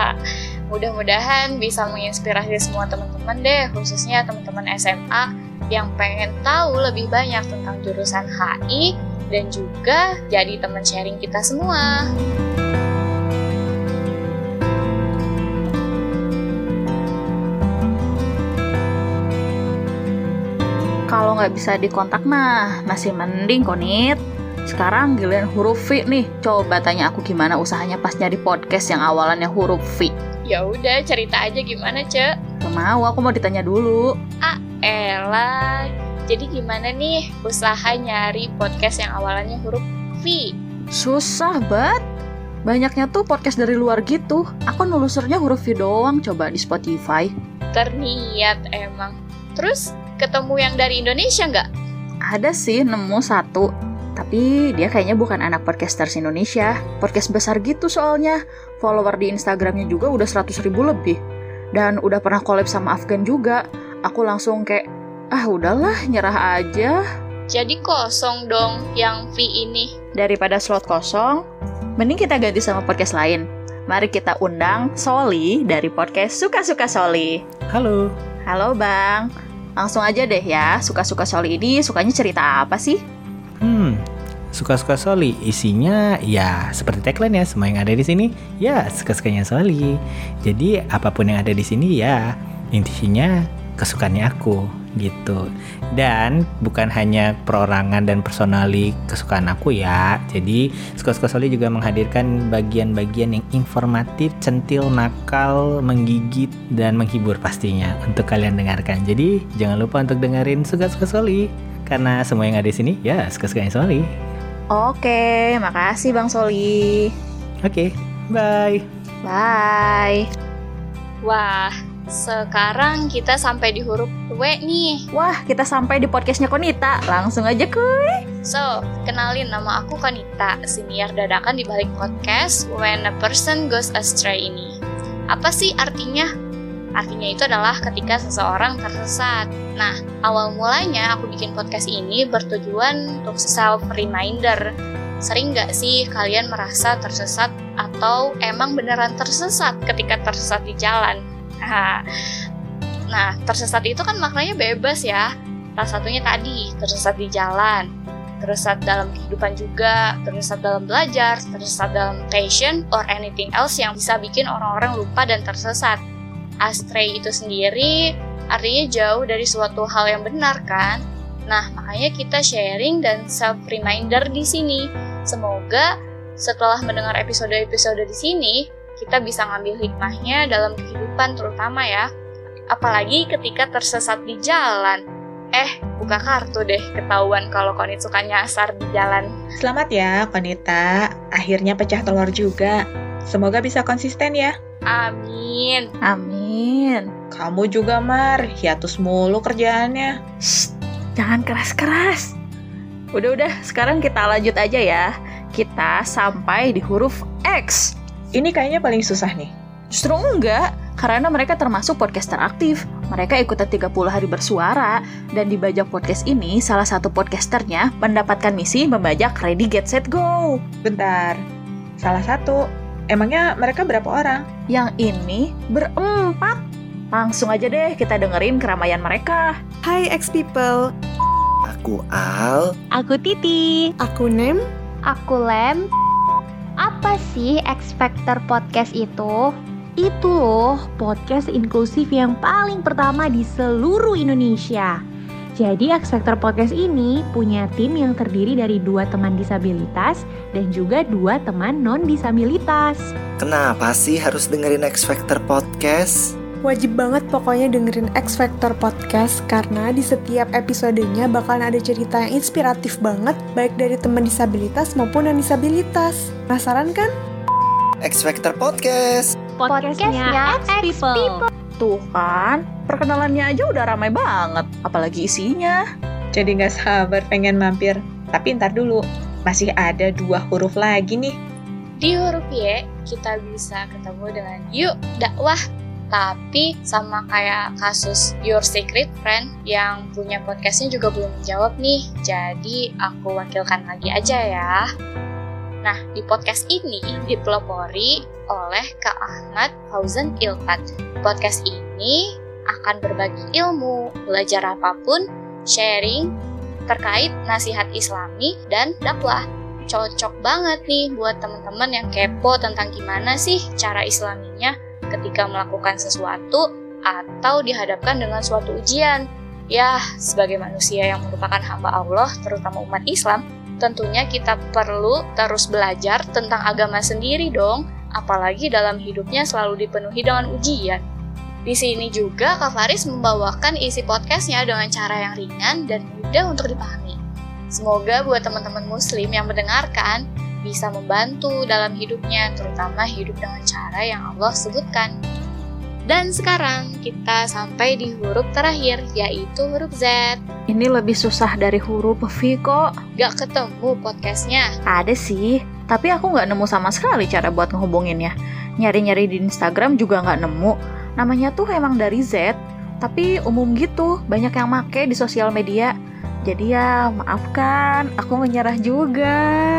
Mudah-mudahan bisa menginspirasi semua teman-teman deh, khususnya teman-teman S M A yang pengen tahu lebih banyak tentang jurusan H I dan juga jadi teman sharing kita semua.
Kalau nggak bisa dikontak mah masih mending Konit. Sekarang giliran huruf V nih. Coba tanya aku gimana usahanya pas nyari podcast yang awalannya huruf V.
Ya udah, cerita aja gimana, Cek.
Gak mau, aku mau ditanya dulu.
Ah, elah. Jadi gimana nih usaha nyari podcast yang awalannya huruf V?
Susah banget. Banyaknya tuh podcast dari luar gitu. Aku nelusurnya huruf V doang coba di Spotify.
Terniat emang. Terus ketemu yang dari Indonesia nggak?
Ada sih, nemu satu. Tapi dia kayaknya bukan anak podcasters Indonesia. Podcast besar gitu soalnya. Follower di Instagramnya juga udah seratus ribu lebih. Dan udah pernah collab sama Afgan juga. Aku langsung kayak, ah udahlah nyerah aja.
Jadi kosong dong yang V ini.
Daripada slot kosong, mending kita ganti sama podcast lain. Mari kita undang Soli dari podcast Suka-Suka Soli.
Halo.
Halo Bang. Langsung aja deh ya, Suka-Suka Soli ini sukanya cerita apa sih?
Hmm, Suka-Suka Soli isinya ya seperti tagline ya, semua yang ada di sini ya suka-sukanya Soli. Jadi apapun yang ada di sini ya intinya kesukaannya aku gitu. Dan bukan hanya perorangan dan personali kesukaan aku ya. Jadi Suka-Suka Soli juga menghadirkan bagian-bagian yang informatif, centil, nakal, menggigit dan menghibur pastinya untuk kalian dengarkan. Jadi jangan lupa untuk dengerin Suka-Suka Soli karena semua yang ada di sini ya suka-sukanya Soli.
Oke, makasih Bang Soli.
Oke, bye.
Bye.
Wah, sekarang kita sampai di huruf W nih.
Wah, kita sampai di podcastnya Konita. Langsung aja kuy.
So, kenalin, nama aku Konita, senior dadakan di balik podcast When a Person Goes Astray ini. Apa sih artinya? Artinya itu adalah ketika seseorang tersesat. Nah, awal mulanya aku bikin podcast ini bertujuan untuk self-reminder. Sering gak sih kalian merasa tersesat atau emang beneran tersesat ketika tersesat di jalan? Nah, tersesat itu kan maknanya bebas ya. Salah satunya tadi, tersesat di jalan, tersesat dalam kehidupan juga, tersesat dalam belajar, tersesat dalam passion, or anything else yang bisa bikin orang-orang lupa dan tersesat. Astray itu sendiri artinya jauh dari suatu hal yang benar kan? Nah, makanya kita sharing dan self-reminder di sini. Semoga setelah mendengar episode-episode di sini, kita bisa ngambil hikmahnya dalam kehidupan terutama ya. Apalagi ketika tersesat di jalan. Eh, buka kartu deh, ketahuan kalau Konit suka nyasar di jalan.
Selamat ya, Konita. Akhirnya pecah telur juga. Semoga bisa konsisten ya.
Amin.
Amin.
Kamu juga, Mar. Hiatus mulu kerjaannya.
Shh, jangan keras-keras. Udah-udah, sekarang kita lanjut aja ya. Kita sampai di huruf X.
Ini kayaknya paling susah nih.
Justru enggak, karena mereka termasuk podcaster aktif. Mereka ikutan tiga puluh hari bersuara. Dan di Bajak Podcast ini, salah satu podcasternya mendapatkan misi membajak Ready Get Set Go.
Bentar, salah satu. Emangnya mereka berapa orang?
Yang ini berempat. Langsung aja deh kita dengerin keramaian mereka.
Hai X-People.
Aku Al.
Aku Titi. Aku Nem.
Aku Lem. Apa sih X Factor Podcast itu? Itu loh podcast inklusif yang paling pertama di seluruh Indonesia. Jadi X Factor Podcast ini punya tim yang terdiri dari dua teman disabilitas dan juga dua teman non-disabilitas.
Kenapa sih harus dengerin X Factor Podcast?
Wajib banget pokoknya dengerin X Factor Podcast karena di setiap episodenya bakalan ada cerita yang inspiratif banget baik dari teman disabilitas maupun non-disabilitas. Penasaran kan?
X Factor Podcast.
Podcastnya X-People.
Tuh kan, perkenalannya aja udah ramai banget, apalagi isinya.
Jadi gak sabar pengen mampir. Tapi ntar dulu, masih ada dua huruf lagi nih.
Di huruf Y, kita bisa ketemu dengan Yuk Dakwah. Tapi sama kayak kasus Your Secret Friend yang punya podcastnya juga belum menjawab nih. Jadi aku wakilkan lagi aja ya. Nah, di podcast ini dipelopori oleh Kak Ahmad Fauzan Ilfat. Podcast ini akan berbagi ilmu, belajar apapun, sharing terkait nasihat Islami dan dakwah. Cocok banget nih buat teman-teman yang kepo tentang gimana sih cara Islaminya ketika melakukan sesuatu atau dihadapkan dengan suatu ujian. Ya, sebagai manusia yang merupakan hamba Allah, terutama umat Islam, tentunya kita perlu terus belajar tentang agama sendiri dong, apalagi dalam hidupnya selalu dipenuhi dengan ujian. Di sini juga Kak Faris membawakan isi podcastnya dengan cara yang ringan dan mudah untuk dipahami. Semoga buat teman-teman muslim yang mendengarkan bisa membantu dalam hidupnya, terutama hidup dengan cara yang Allah sebutkan. Dan sekarang kita sampai di huruf terakhir, yaitu huruf Z.
Ini lebih susah dari huruf V kok.
Gak ketemu podcastnya?
Ada sih, tapi aku gak nemu sama sekali cara buat ngehubunginnya. Nyari-nyari di Instagram juga gak nemu. Namanya tuh emang dari Z, tapi umum gitu, banyak yang make di sosial media. Jadi ya maafkan, aku menyerah juga.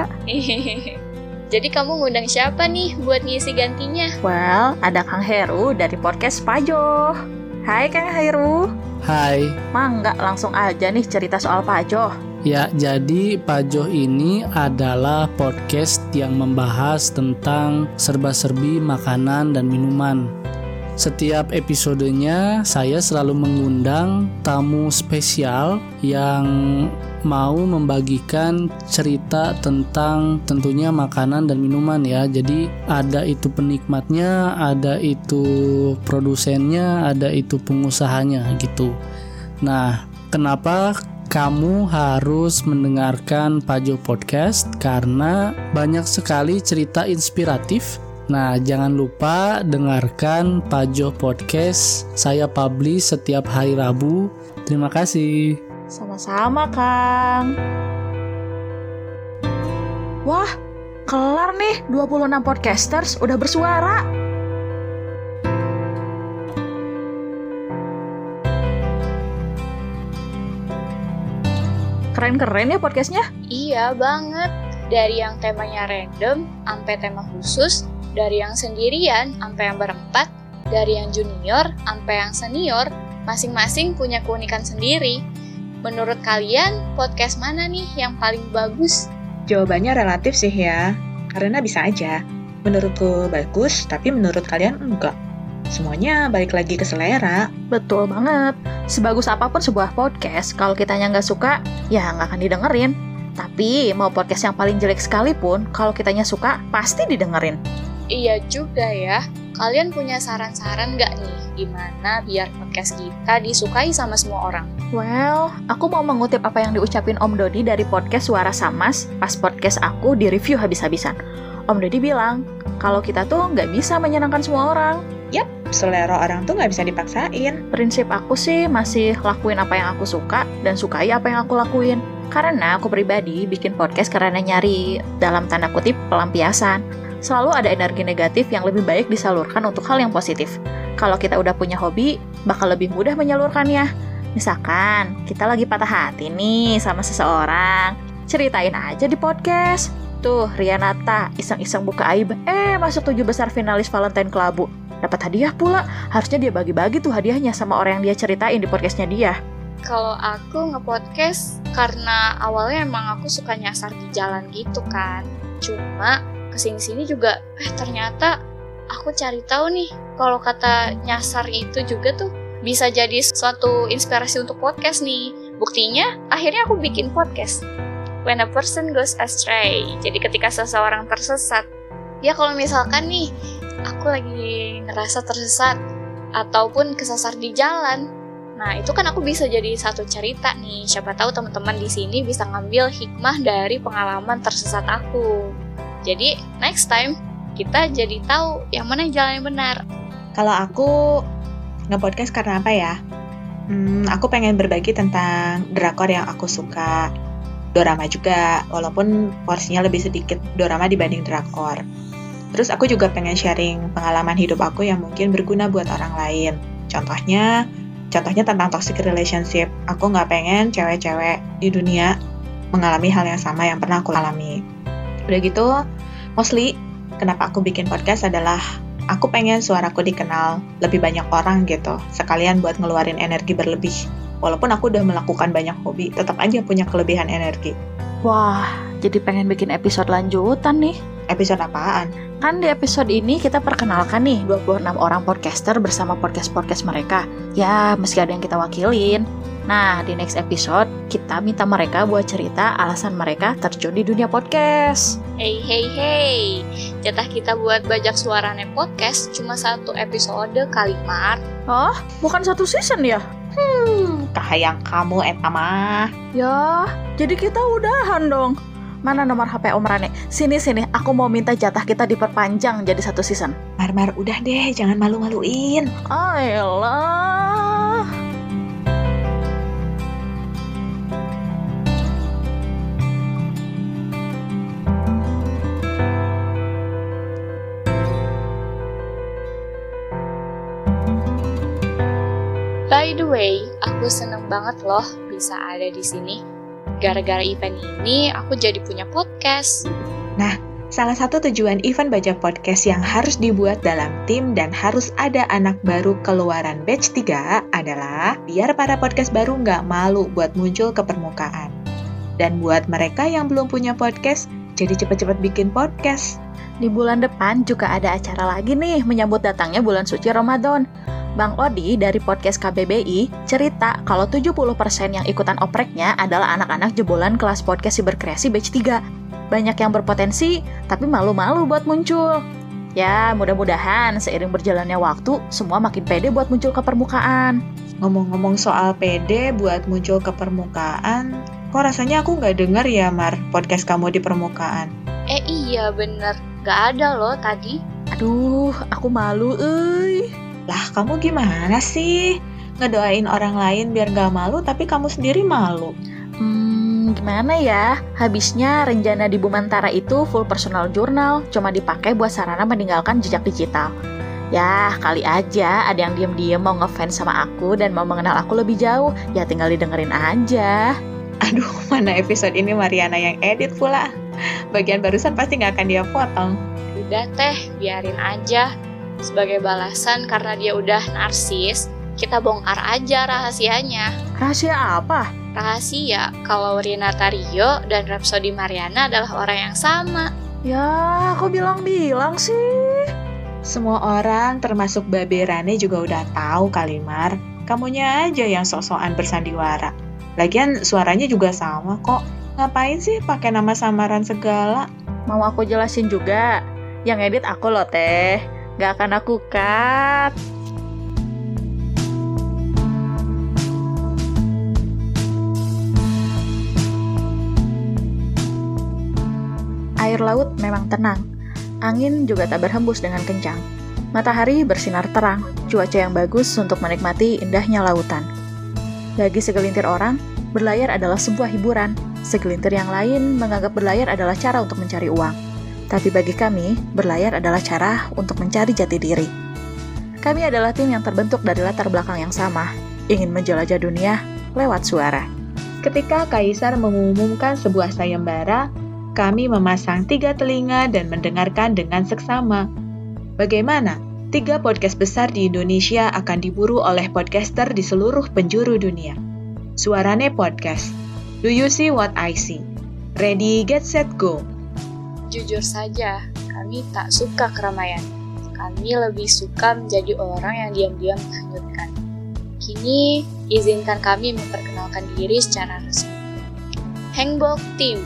Jadi kamu ngundang siapa nih buat ngisi gantinya?
Well, ada Kang Heru dari podcast Pajo. Hai Kang Heru.
Hai.
Mangga langsung aja nih cerita soal Pajo.
Ya, jadi Pajo ini adalah podcast yang membahas tentang serba-serbi makanan dan minuman. Setiap episodenya saya selalu mengundang tamu spesial yang mau membagikan cerita tentang tentunya makanan dan minuman ya. Jadi ada itu penikmatnya, ada itu produsennya, ada itu pengusahanya gitu. Nah, kenapa kamu harus mendengarkan Pajo Podcast? Karena banyak sekali cerita inspiratif. Nah, jangan lupa dengarkan Pajo Podcast. Saya publish setiap hari Rabu. Terima kasih.
Sama-sama, Kang. Wah, kelar nih dua puluh enam podcasters udah bersuara. Keren-keren ya podcastnya?
Iya banget. Dari yang temanya random sampai tema khusus, dari yang sendirian sampai yang berempat, dari yang junior sampai yang senior, masing-masing punya keunikan sendiri. Menurut kalian, podcast mana nih yang paling bagus?
Jawabannya relatif sih ya, karena bisa aja. Menurutku bagus, tapi menurut kalian enggak. Semuanya balik lagi ke selera.
Betul banget. Sebagus apapun sebuah podcast, kalau kitanya nggak suka, ya nggak akan didengerin. Tapi mau podcast yang paling jelek sekalipun, kalau kitanya suka, pasti didengerin.
Iya juga ya. Kalian punya saran-saran nggak nih gimana biar podcast kita disukai sama semua orang?
Well, aku mau mengutip apa yang diucapin Om Dodi dari podcast Suara Samas pas podcast aku di review habis-habisan. Om Dodi bilang, kalau kita tuh nggak bisa menyenangkan semua orang.
Yap, selera orang tuh nggak bisa dipaksain.
Prinsip aku sih masih lakuin apa yang aku suka dan sukai apa yang aku lakuin. Karena aku pribadi bikin podcast karena nyari, dalam tanda kutip, pelampiasan. Selalu ada energi negatif yang lebih baik disalurkan untuk hal yang positif. Kalau kita udah punya hobi, bakal lebih mudah menyalurkannya. Misalkan, kita lagi patah hati nih sama seseorang. Ceritain aja di podcast. Tuh, Rianata iseng-iseng buka aib, eh masuk tujuh besar finalis Valentine Kelabu. Dapat hadiah pula, harusnya dia bagi-bagi tuh hadiahnya sama orang yang dia ceritain di podcastnya dia.
Kalau aku nge-podcast, karena awalnya emang aku suka nyasar di jalan gitu kan. Cuma kesini-sini juga, eh ternyata aku cari tahu nih, kalau kata nyasar itu juga tuh bisa jadi suatu inspirasi untuk podcast nih. Buktinya, akhirnya aku bikin podcast. When a person goes astray. Jadi ketika seseorang tersesat. Ya kalau misalkan nih, aku lagi ngerasa tersesat, ataupun kesasar di jalan. Nah itu kan aku bisa jadi satu cerita nih. Siapa tahu teman-teman di sini bisa ngambil hikmah dari pengalaman tersesat aku. Jadi next time kita jadi tahu yang mana jalan yang benar.
Kalau aku nge-podcast karena apa ya? Hmm, aku pengen berbagi tentang drakor yang aku suka. Dorama juga, walaupun porsinya lebih sedikit dorama dibanding drakor. Terus aku juga pengen sharing pengalaman hidup aku yang mungkin berguna buat orang lain. Contohnya, contohnya tentang toxic relationship. Aku nggak pengen cewek-cewek di dunia mengalami hal yang sama yang pernah aku alami. Udah gitu, mostly kenapa aku bikin podcast adalah aku pengen suaraku dikenal lebih banyak orang gitu. Sekalian buat ngeluarin energi berlebih. Walaupun aku udah melakukan banyak hobi, tetap aja punya kelebihan energi.
Wah, jadi pengen bikin episode lanjutan nih.
Episode apaan?
Kan di episode ini kita perkenalkan nih dua puluh enam orang podcaster bersama podcast-podcast mereka. Ya, meski ada yang kita wakilin. Nah, di next episode, kita minta mereka buat cerita alasan mereka terjun di dunia podcast.
Hey, hey, hey. Jatah kita buat bajak suarane podcast cuma satu episode kali, Mar.
Oh, bukan satu season ya?
Hmm, kahayang kamu eta mah.
Ya, jadi kita udahan dong. Mana nomor H P Om Rane? Sini, sini, aku mau minta jatah kita diperpanjang jadi satu season.
Mar-mar, udah deh, jangan malu-maluin.
Ayolah.
By the way, aku seneng banget loh bisa ada di sini. Gara-gara event ini, aku jadi punya podcast.
Nah, salah satu tujuan event Bajak Podcast yang harus dibuat dalam tim dan harus ada anak baru keluaran batch tiga adalah biar para podcast baru nggak malu buat muncul ke permukaan. Dan buat mereka yang belum punya podcast, jadi cepet-cepet bikin podcast.
Di bulan depan juga ada acara lagi nih menyambut datangnya bulan suci Ramadan. Bang Odi dari podcast K B B I cerita kalau tujuh puluh persen yang ikutan opreknya adalah anak-anak jebolan kelas podcast Siberkreasi batch tiga. Banyak yang berpotensi, tapi malu-malu buat muncul. Ya, mudah-mudahan seiring berjalannya waktu, semua makin pede buat muncul ke permukaan.
Ngomong-ngomong soal pede buat muncul ke permukaan, kok rasanya aku nggak denger ya, Mar, podcast kamu di permukaan?
Eh iya bener, nggak ada loh tadi.
Aduh, aku malu, euy.
Lah, kamu gimana sih? Ngedoain orang lain biar gak malu, tapi kamu sendiri malu.
Hmm, gimana ya? Habisnya Renjana di Bumantara itu full personal journal, cuma dipakai buat sarana meninggalkan jejak digital. Ya, kali aja ada yang diem-diem mau ngefans sama aku dan mau mengenal aku lebih jauh, ya tinggal didengerin aja.
Aduh, mana episode ini Mariana yang edit pula. Bagian barusan pasti gak akan dia potong.
Udah teh, biarin aja. Sebagai balasan karena dia udah narsis, kita bongkar aja rahasianya.
Rahasia apa?
Rahasia kalau Renata Rio dan Rhapsody Mariana adalah orang yang sama.
Ya, aku bilang-bilang sih.
Semua orang termasuk Babe Rane juga udah tahu kali, Mar. Kamunya aja yang sok-sokan bersandiwara. Lagian suaranya juga sama kok. Ngapain sih pakai nama samaran segala?
Mau aku jelasin juga? Yang edit aku loh, Teh. Gak akan aku cut. Air laut memang tenang. Angin juga tak berhembus dengan kencang. Matahari bersinar terang, cuaca yang bagus untuk menikmati indahnya lautan. Bagi segelintir orang, berlayar adalah sebuah hiburan. Segelintir yang lain menganggap berlayar adalah cara untuk mencari uang. Tapi bagi kami, berlayar adalah cara untuk mencari jati diri. Kami adalah tim yang terbentuk dari latar belakang yang sama, ingin menjelajah dunia lewat suara.
Ketika Kaisar mengumumkan sebuah sayembara, kami memasang tiga telinga dan mendengarkan dengan seksama. Bagaimana? Tiga podcast besar di Indonesia akan diburu oleh podcaster di seluruh penjuru dunia. Suarane Podcast. Do you see what I see? Ready, get set, go.
Jujur saja, kami tak suka keramaian. Kami lebih suka menjadi orang yang diam-diam menghanyutkan. Kini, izinkan kami memperkenalkan diri secara resmi. Hanbok Team.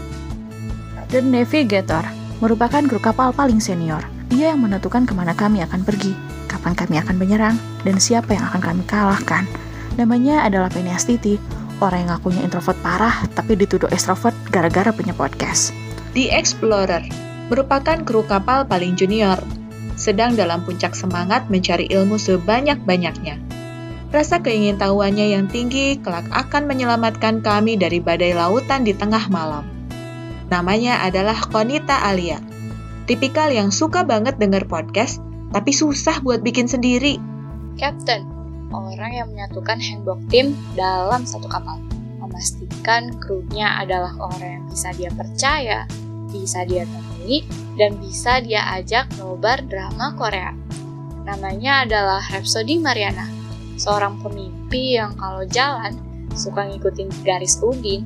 The Navigator merupakan kru kapal paling senior. Dia yang menentukan kemana kami akan pergi, kapan kami akan menyerang, dan siapa yang akan kami kalahkan. Namanya adalah Phineas Titi, orang yang ngakunya introvert parah tapi dituduh extrovert gara-gara punya podcast.
The Explorer merupakan kru kapal paling junior, sedang dalam puncak semangat mencari ilmu sebanyak-banyaknya. Rasa keingintahuannya yang tinggi kelak akan menyelamatkan kami dari badai lautan di tengah malam. Namanya adalah Konita Alia, tipikal yang suka banget denger podcast, tapi susah buat bikin sendiri.
Captain, orang yang menyatukan Hanbok Team dalam satu kapal. Memastikan krunya adalah orang yang bisa dia percaya, bisa dia temui, dan bisa dia ajak nobar drama Korea. Namanya adalah Rhapsody Mariana, seorang pemimpi yang kalau jalan suka ngikutin garis Udin.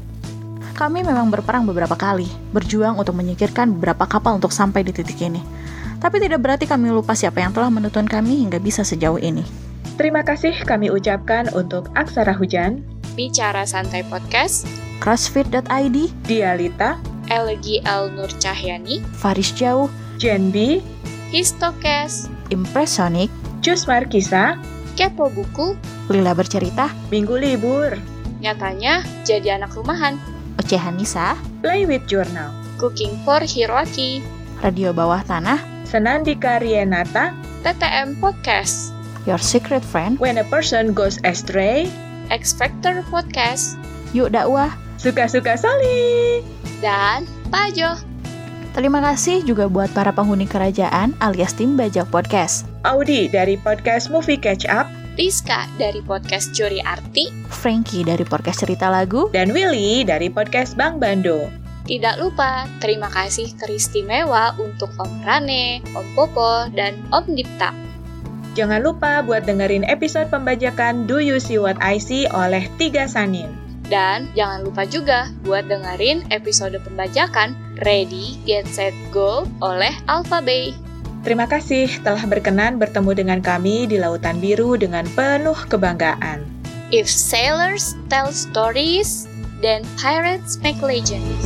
Kami memang berperang beberapa kali, berjuang untuk menyingkirkan beberapa kapal untuk sampai di titik ini. Tapi tidak berarti kami lupa siapa yang telah menuntun kami hingga bisa sejauh ini.
Terima kasih kami ucapkan untuk Aksara Hujan,
Bicara Santai Podcast,
crossfit dot i d,
Dialita,
Elegi L. Nur Cahyani,
Faris Jauh,
Jenbi,
Histokes,
Impresonic,
Jus Markisa,
Kepo Buku,
Lila Bercerita,
Minggu Libur,
Nyatanya Jadi Anak Rumahan,
Ocehanisa,
Play with Journal,
Cooking for Hiroaki,
Radio Bawah Tanah,
Senandika Rienata,
T T M Podcast,
Your Secret Friend,
When a Person Goes Astray,
X Factor Podcast,
Yuk Dakwah,
Suka-Suka Soli,
dan Pajo.
Terima kasih juga buat para penghuni kerajaan alias tim Bajak Podcast,
Audi dari podcast Movie Catch Up,
Rizka dari podcast Curi Arti,
Frankie dari podcast Cerita Lagu,
dan Willy dari podcast Bang Bando.
Tidak lupa, terima kasih teristimewa untuk Om Rane, Om Popo, dan Om Dipta.
Jangan lupa buat dengerin episode pembajakan Do You See What I See oleh Tiga Sanin.
Dan jangan lupa juga buat dengerin episode pembajakan Ready, Get, Set, Go oleh Alpha Bay.
Terima kasih telah berkenan bertemu dengan kami di Lautan Biru dengan penuh kebanggaan.
If sailors tell stories, then pirates make legends.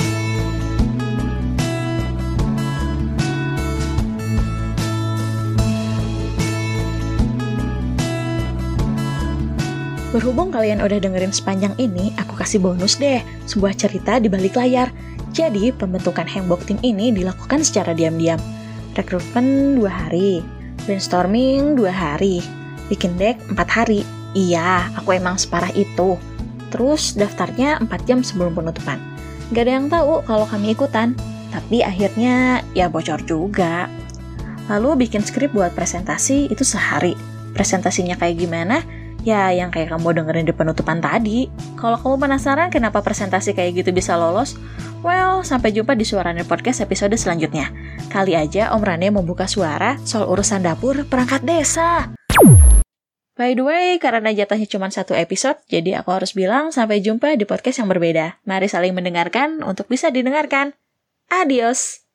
Berhubung kalian udah dengerin sepanjang ini, aku kasih bonus deh, sebuah cerita di balik layar. Jadi, pembentukan Hanbok Team ini dilakukan secara diam-diam. Rekrutmen dua hari, brainstorming dua hari, bikin deck empat hari. Iya, aku emang separah itu. Terus daftarnya empat jam sebelum penutupan. Gak ada yang tahu kalau kami ikutan, tapi akhirnya ya bocor juga. Lalu bikin skrip buat presentasi itu sehari. Presentasinya kayak gimana? Ya, yang kayak kamu dengerin di penutupan tadi. Kalau kamu penasaran kenapa presentasi kayak gitu bisa lolos, well, sampai jumpa di Suarane Podcast episode selanjutnya. Kali aja Om Rane mau buka suara soal urusan dapur perangkat desa. By the way, karena jatahnya cuma satu episode, jadi aku harus bilang sampai jumpa di podcast yang berbeda. Mari saling mendengarkan untuk bisa didengarkan. Adios!